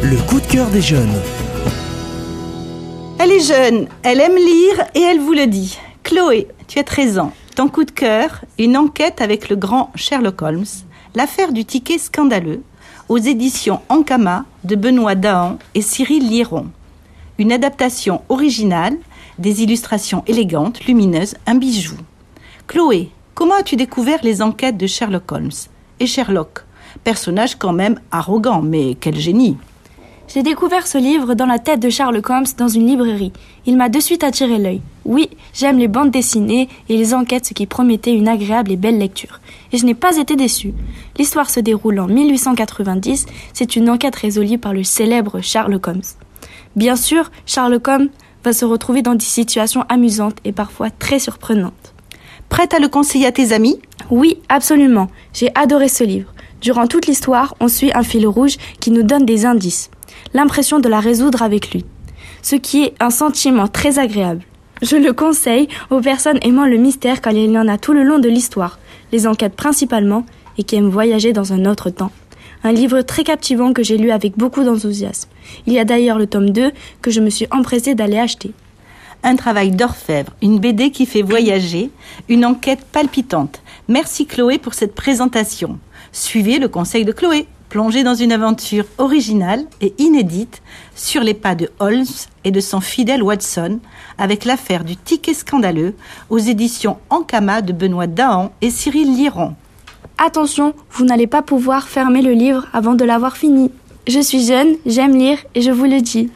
Le coup de cœur des jeunes. Elle est jeune, elle aime lire et elle vous le dit. Chloé, tu as 13 ans. Ton coup de cœur, une enquête avec le grand Sherlock Holmes, l'affaire du ticket scandaleux, aux éditions Ankama de Benoît Dahan et Cyril Liéron. Une adaptation originale, des illustrations élégantes, lumineuses, un bijou. Chloé, comment as-tu découvert les enquêtes de Sherlock Holmes et Sherlock? Personnage quand même arrogant, mais quel génie! J'ai découvert ce livre dans la tête de Sherlock Holmes dans une librairie. Il m'a de suite attiré l'œil. Oui, j'aime les bandes dessinées et les enquêtes, ce qui promettait une agréable et belle lecture. Et je n'ai pas été déçue. L'histoire se déroule en 1890. C'est une enquête résolue par le célèbre Sherlock Holmes. Bien sûr, Sherlock Holmes va se retrouver dans des situations amusantes et parfois très surprenantes. Prête à le conseiller à tes amis? Oui, absolument. J'ai adoré ce livre. Durant toute l'histoire, on suit un fil rouge qui nous donne des indices. L'impression de la résoudre avec lui. Ce qui est un sentiment très agréable. Je le conseille aux personnes aimant le mystère car il y en a tout le long de l'histoire, les enquêtes principalement, et qui aiment voyager dans un autre temps. Un livre très captivant que j'ai lu avec beaucoup d'enthousiasme. Il y a d'ailleurs le tome 2 que je me suis empressée d'aller acheter. Un travail d'orfèvre, une BD qui fait voyager, une enquête palpitante. Merci Chloé pour cette présentation. Suivez le conseil de Chloé. Plongez dans une aventure originale et inédite sur les pas de Holmes et de son fidèle Watson avec l'affaire du ticket scandaleux aux éditions Ankama de Benoît Dahan et Cyril Liéron. Attention, vous n'allez pas pouvoir fermer le livre avant de l'avoir fini. Je suis jeune, j'aime lire et je vous le dis.